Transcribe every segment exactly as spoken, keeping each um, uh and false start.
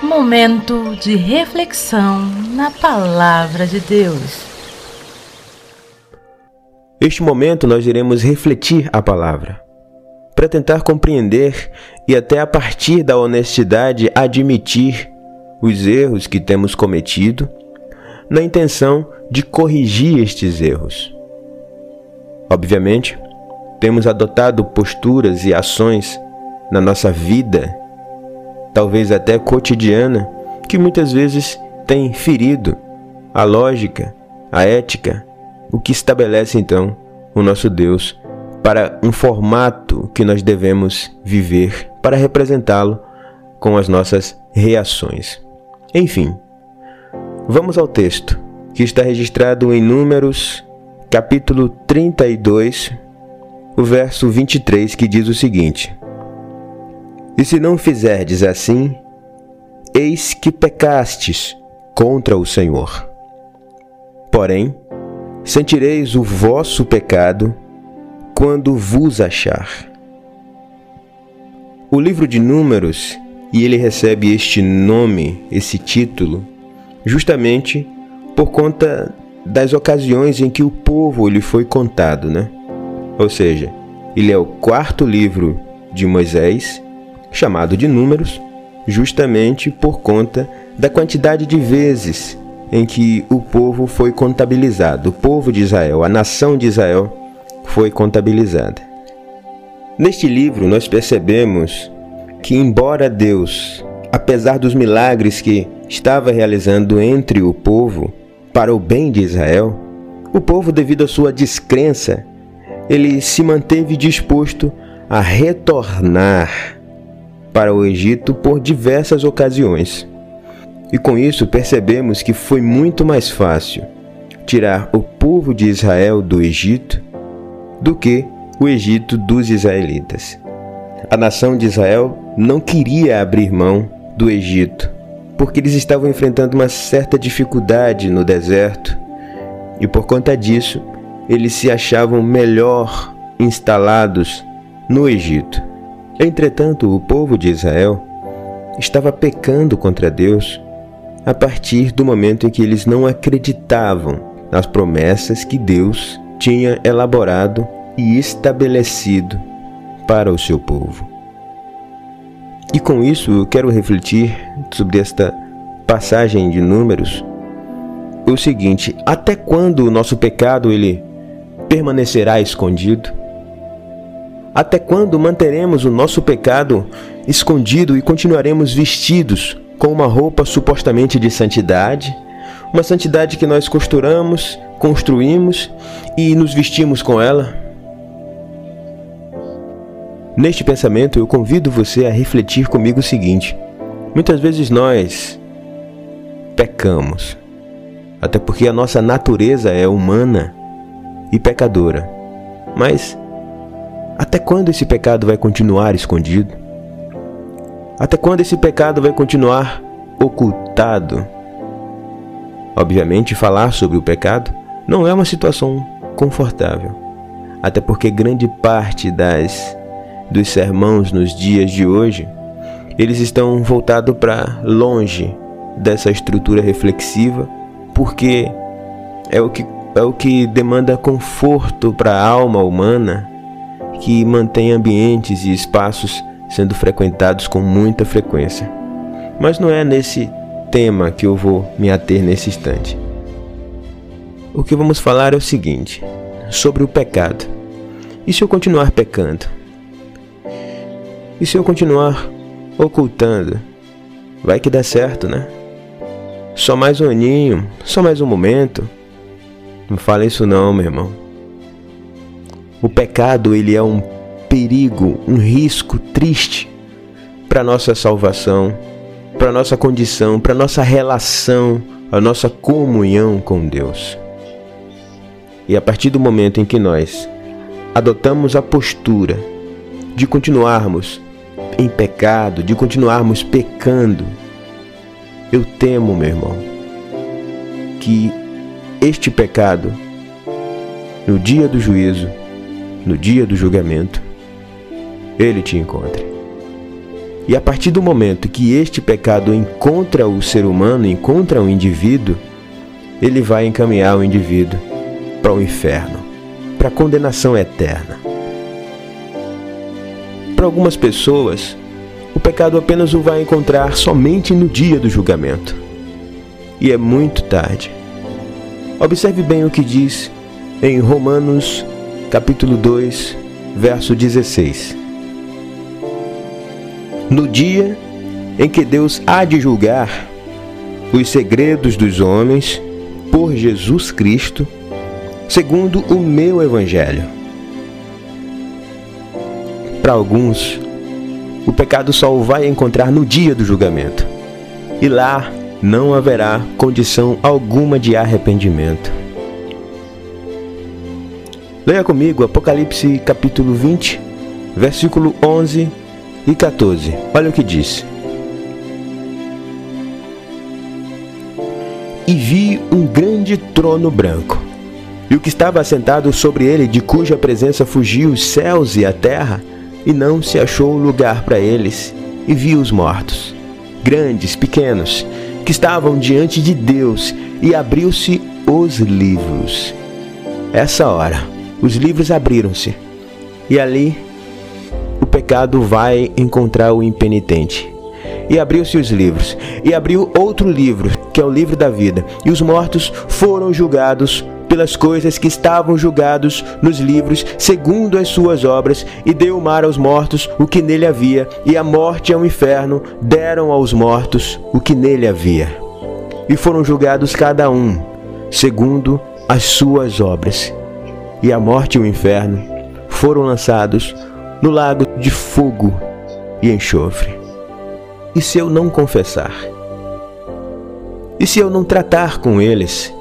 Momento de reflexão na Palavra de Deus. Neste momento nós iremos refletir a palavra, para tentar compreender e até a partir da honestidade admitir os erros que temos cometido, na intenção de corrigir estes erros. Obviamente, temos adotado posturas e ações na nossa vida, talvez até cotidiana, que muitas vezes têm ferido a lógica, a ética, o que estabelece então o nosso Deus para um formato que nós devemos viver para representá-lo com as nossas reações. Enfim, vamos ao texto que está registrado em Números, capítulo trinta e dois, o verso vinte e três, que diz o seguinte: E se não fizerdes assim, eis que pecastes contra o Senhor. Porém, sentireis o vosso pecado quando vos achar. O livro de Números, e ele recebe este nome, esse título, justamente por conta das ocasiões em que o povo lhe foi contado, né? Ou seja, ele é o quarto livro de Moisés, chamado de Números, justamente por conta da quantidade de vezes em que o povo foi contabilizado. O povo de Israel, a nação de Israel, foi contabilizada. Neste livro nós percebemos que, embora Deus, apesar dos milagres que estava realizando entre o povo para o bem de Israel, o povo, devido à sua descrença, ele se manteve disposto a retornar para o Egito por diversas ocasiões. E com isso percebemos que foi muito mais fácil tirar o povo de Israel do Egito do que o Egito dos israelitas. A nação de Israel não queria abrir mão do Egito, porque eles estavam enfrentando uma certa dificuldade no deserto, e por conta disso, eles se achavam melhor instalados no Egito. Entretanto, o povo de Israel estava pecando contra Deus a partir do momento em que eles não acreditavam nas promessas que Deus tinha elaborado e estabelecido para o seu povo. E com isso eu quero refletir sobre esta passagem de Números o seguinte: até quando o nosso pecado ele permanecerá escondido? Até quando manteremos o nosso pecado escondido e continuaremos vestidos com uma roupa supostamente de santidade, uma santidade que nós costuramos, construímos e nos vestimos com ela? Neste pensamento eu convido você a refletir comigo o seguinte: muitas vezes nós pecamos, até porque a nossa natureza é humana e pecadora, mas até quando esse pecado vai continuar escondido? Até quando esse pecado vai continuar ocultado? Obviamente, falar sobre o pecado não é uma situação confortável, até porque grande parte das, dos sermãos nos dias de hoje, eles estão voltados para longe dessa estrutura reflexiva, porque é o que, é o que demanda conforto para a alma humana, que mantém ambientes e espaços sendo frequentados com muita frequência. Mas não é nesse tema que eu vou me ater nesse instante. O que vamos falar é o seguinte, sobre o pecado. E se eu continuar pecando? E se eu continuar ocultando? Vai que dá certo, né? Só mais um aninho, só mais um momento. Não fala isso não, meu irmão. O pecado, ele é um perigo, um risco triste para a nossa salvação, para a nossa condição, para a nossa relação, a nossa comunhão com Deus. E a partir do momento em que nós adotamos a postura de continuarmos em pecado, de continuarmos pecando, eu temo, meu irmão, que este pecado, no dia do juízo, no dia do julgamento, ele te encontre. E a partir do momento que este pecado encontra o ser humano, encontra o indivíduo, ele vai encaminhar o indivíduo para o inferno, para a condenação eterna. Para algumas pessoas, o pecado apenas o vai encontrar somente no dia do julgamento. E é muito tarde. Observe bem o que diz em Romanos, capítulo dois, verso dezesseis. No dia em que Deus há de julgar os segredos dos homens por Jesus Cristo, segundo o meu evangelho. Para alguns, o pecado só o vai encontrar no dia do julgamento, e lá não haverá condição alguma de arrependimento. Leia comigo Apocalipse capítulo vinte, versículo onze e quatorze. Olha o que diz. E vi um grande trono branco, e o que estava assentado sobre ele, de cuja presença fugiu os céus e a terra, e não se achou lugar para eles. E vi os mortos, grandes, pequenos, que estavam diante de Deus, e abriu-se os livros. Essa hora, os livros abriram-se, e ali o pecado vai encontrar o impenitente. E abriu-se os livros, e abriu outro livro, que é o livro da vida, e os mortos foram julgados pelas coisas que estavam julgados nos livros, segundo as suas obras, e deu o mar aos mortos o que nele havia, e a morte e o inferno deram aos mortos o que nele havia. E foram julgados cada um, segundo as suas obras. E a morte e o inferno foram lançados no lago de fogo e enxofre. E se eu não confessar? E se eu não tratar com eles?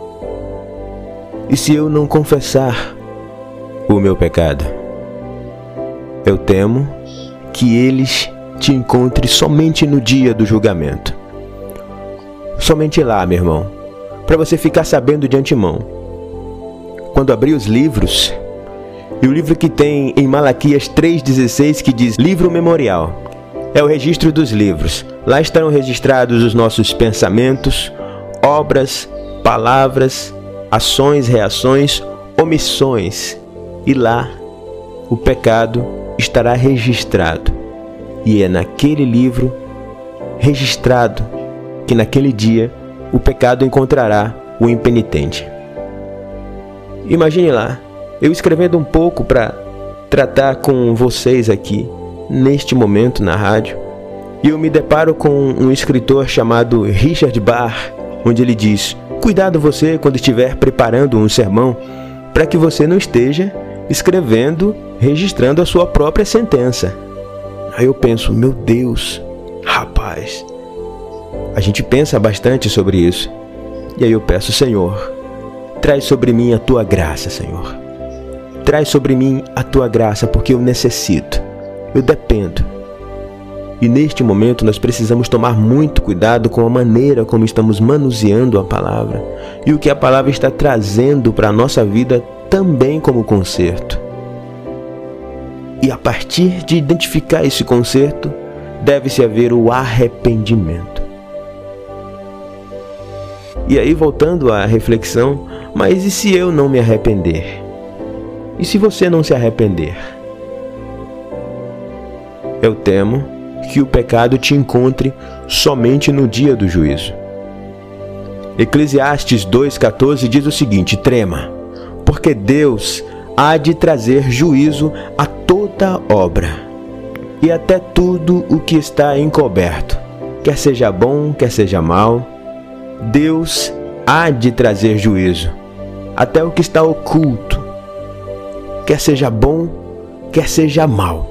E se eu não confessar o meu pecado? Eu temo que eles te encontrem somente no dia do julgamento. Somente lá, meu irmão, para você ficar sabendo de antemão. Quando abrir os livros, e o livro que tem em Malaquias três dezesseis, que diz livro memorial, é o registro dos livros. Lá estarão registrados os nossos pensamentos, obras, palavras, ações, reações, omissões. E lá o pecado estará registrado. E é naquele livro registrado que naquele dia o pecado encontrará o impenitente. Imagine lá, eu escrevendo um pouco para tratar com vocês aqui, neste momento na rádio, e eu me deparo com um escritor chamado Richard Barr, onde ele diz: cuidado você quando estiver preparando um sermão, para que você não esteja escrevendo, registrando a sua própria sentença. Aí eu penso, meu Deus, rapaz, a gente pensa bastante sobre isso. E aí eu peço, Senhor, traz sobre mim a tua graça, Senhor. Traz sobre mim a tua graça, porque eu necessito, eu dependo. E neste momento nós precisamos tomar muito cuidado com a maneira como estamos manuseando a palavra e o que a palavra está trazendo para a nossa vida também como conserto. E a partir de identificar esse conserto, deve-se haver o arrependimento. E aí, voltando à reflexão, mas e se eu não me arrepender? E se você não se arrepender? Eu temo que o pecado te encontre somente no dia do juízo. Eclesiastes dois, quatorze diz o seguinte: trema, porque Deus há de trazer juízo a toda obra, e até tudo o que está encoberto, quer seja bom, quer seja mal. Deus há de trazer juízo, até o que está oculto, quer seja bom, quer seja mal.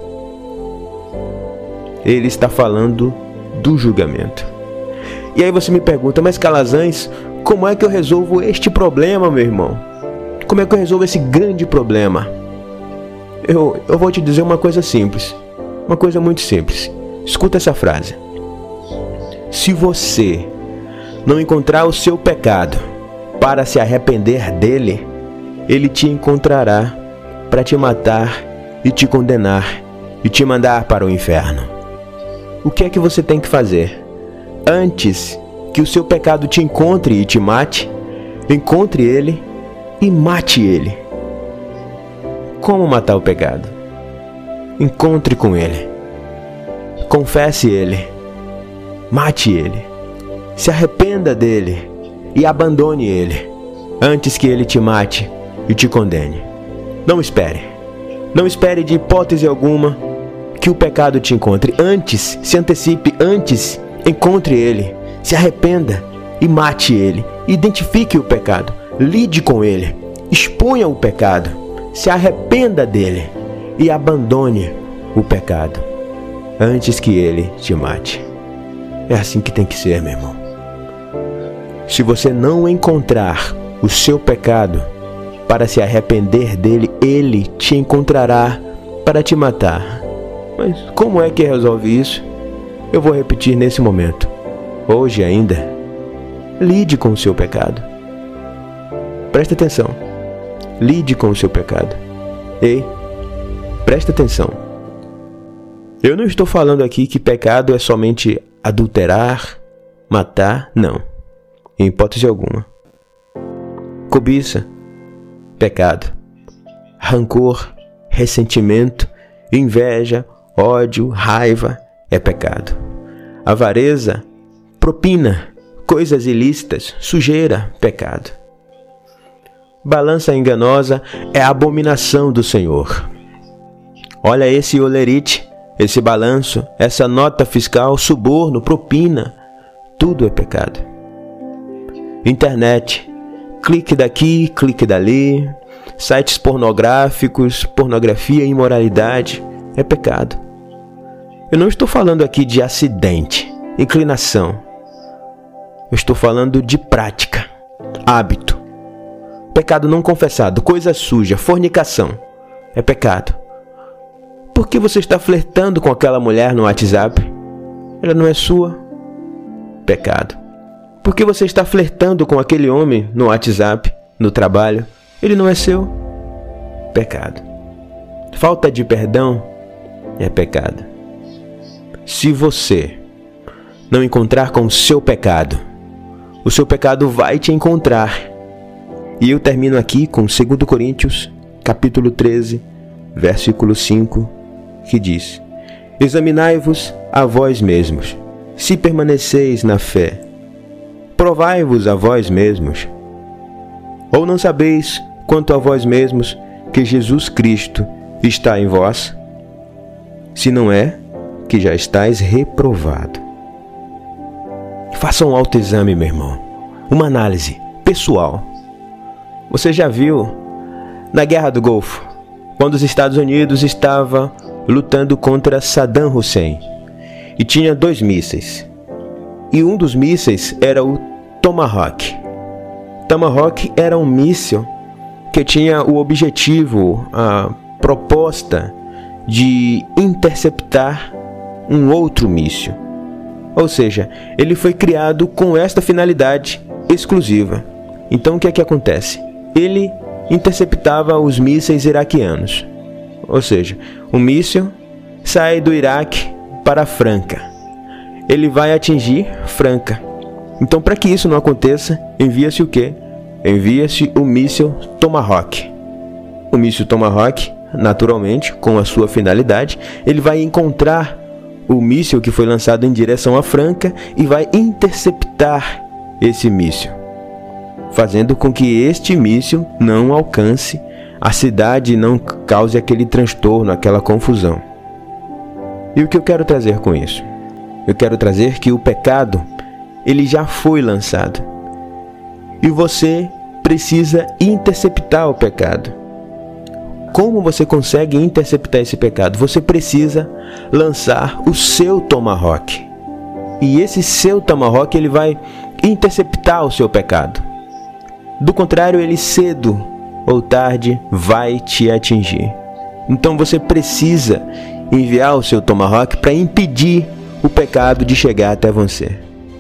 Ele está falando do julgamento. E aí você me pergunta, mas Calazans, como é que eu resolvo este problema, meu irmão? Como é que eu resolvo esse grande problema? Eu, eu vou te dizer uma coisa simples, uma coisa muito simples. Escuta essa frase. Se você não encontrar o seu pecado para se arrepender dele, ele te encontrará para te matar e te condenar e te mandar para o inferno. o que é que você tem que fazer? Antes que o seu pecado te encontre e te mate, encontre ele e mate ele. Como matar o pecado? Encontre com ele. Confesse ele. Mate ele. Se arrependa dele e abandone ele, antes que ele te mate e te condene. Não espere. Não espere de hipótese alguma que o pecado te encontre. Antes, se antecipe, antes, encontre ele, se arrependa e mate ele. Identifique o pecado, lide com ele, exponha o pecado, se arrependa dele e abandone o pecado, antes que ele te mate. É assim que tem que ser, meu irmão. Se você não encontrar o seu pecado para se arrepender dele, ele te encontrará para te matar. Mas como é que resolve isso? Eu vou repetir nesse momento. Hoje ainda, lide com o seu pecado. Presta atenção. Lide com o seu pecado. Ei, presta atenção. Eu não estou falando aqui que pecado é somente adulterar, matar, não. Em hipótese alguma. Cobiça, pecado. Rancor, ressentimento, inveja, ódio, raiva, é pecado. Avareza, propina, coisas ilícitas, sujeira, pecado. Balança enganosa é a abominação do Senhor. Olha esse olerite, esse balanço, essa nota fiscal, suborno, propina, tudo é pecado. Internet, clique daqui, clique dali, sites pornográficos, pornografia e imoralidade, é pecado. Eu não estou falando aqui de acidente, inclinação. Eu estou falando de prática, hábito. Pecado não confessado, coisa suja, fornicação, é pecado. Por que você está flertando com aquela mulher no WhatsApp? Ela não é sua? Pecado. Por que você está flertando com aquele homem no WhatsApp, no trabalho? Ele não é seu? Pecado. Falta de perdão é pecado. Se você não encontrar com o seu pecado, o seu pecado vai te encontrar. E eu termino aqui com dois Coríntios, capítulo treze, versículo cinco, que diz: examinai-vos a vós mesmos, se permaneceis na fé. Provai-vos a vós mesmos. Ou não sabeis quanto a vós mesmos que Jesus Cristo está em vós? Se não é, que já estáis reprovado. Faça um autoexame, meu irmão. Uma análise pessoal. Você já viu na Guerra do Golfo, quando os Estados Unidos estavam lutando contra Saddam Hussein e tinha dois mísseis. E um dos mísseis era o Tomahawk. Tomahawk era um míssil que tinha o objetivo, a proposta de interceptar um outro míssil. Ou seja, ele foi criado com esta finalidade exclusiva. Então o que é que acontece? Ele interceptava os mísseis iraquianos. Ou seja, o míssil sai do Iraque para Franca. Ele vai atingir Franca. Então, para que isso não aconteça, envia-se o quê? Envia-se o míssil Tomahawk. O míssil Tomahawk, naturalmente, com a sua finalidade, ele vai encontrar o míssil que foi lançado em direção a Franca e vai interceptar esse míssil, fazendo com que este míssil não alcance a cidade e não cause aquele transtorno, aquela confusão. E o que eu quero trazer com isso? Eu quero trazer que o pecado, ele já foi lançado. E você precisa interceptar o pecado. Como você consegue interceptar esse pecado? Você precisa lançar o seu Tomahawk. E esse seu Tomahawk, ele vai interceptar o seu pecado. Do contrário, ele cedo ou tarde vai te atingir. Então você precisa enviar o seu Tomahawk para impedir o pecado de chegar até você.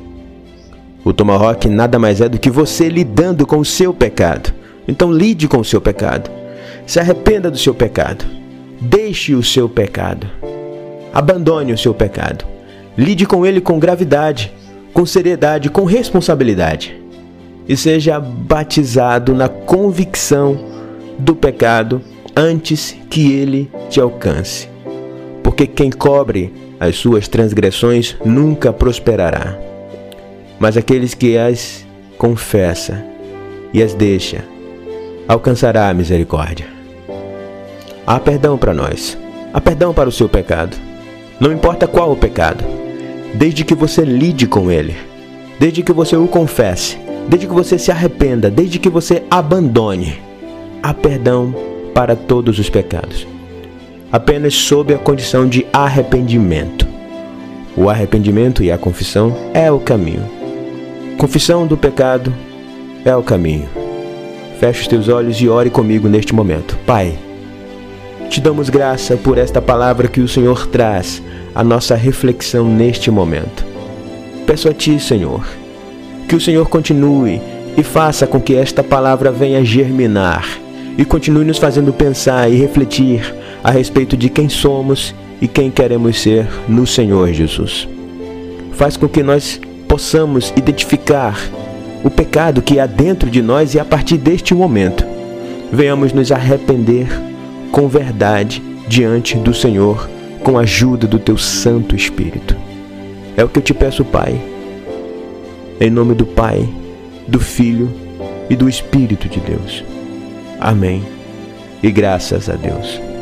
O Tomahawk nada mais é do que você lidando com o seu pecado. Então lide com o seu pecado. Se arrependa do seu pecado. Deixe o seu pecado. Abandone o seu pecado. Lide com ele com gravidade, com seriedade, com responsabilidade. E seja batizado na convicção do pecado antes que ele te alcance. Porque quem cobre as suas transgressões nunca prosperará. Mas aqueles que as confessa e as deixa, alcançará a misericórdia. Há perdão para nós. Há perdão para o seu pecado. Não importa qual o pecado. Desde que você lide com ele. Desde que você o confesse. Desde que você se arrependa. Desde que você abandone. Há perdão para todos os pecados. Apenas sob a condição de arrependimento. O arrependimento e a confissão é o caminho. Confissão do pecado é o caminho. Feche os teus olhos e ore comigo neste momento. Pai, te damos graça por esta palavra que o Senhor traz à nossa reflexão neste momento. Peço a Ti, Senhor, que o Senhor continue e faça com que esta palavra venha germinar e continue nos fazendo pensar e refletir a respeito de quem somos e quem queremos ser no Senhor Jesus. Faz com que nós possamos identificar o pecado que há dentro de nós e a partir deste momento venhamos nos arrepender com verdade diante do Senhor, com a ajuda do Teu Santo Espírito. É o que eu te peço, Pai, em nome do Pai, do Filho e do Espírito de Deus. Amém. E graças a Deus.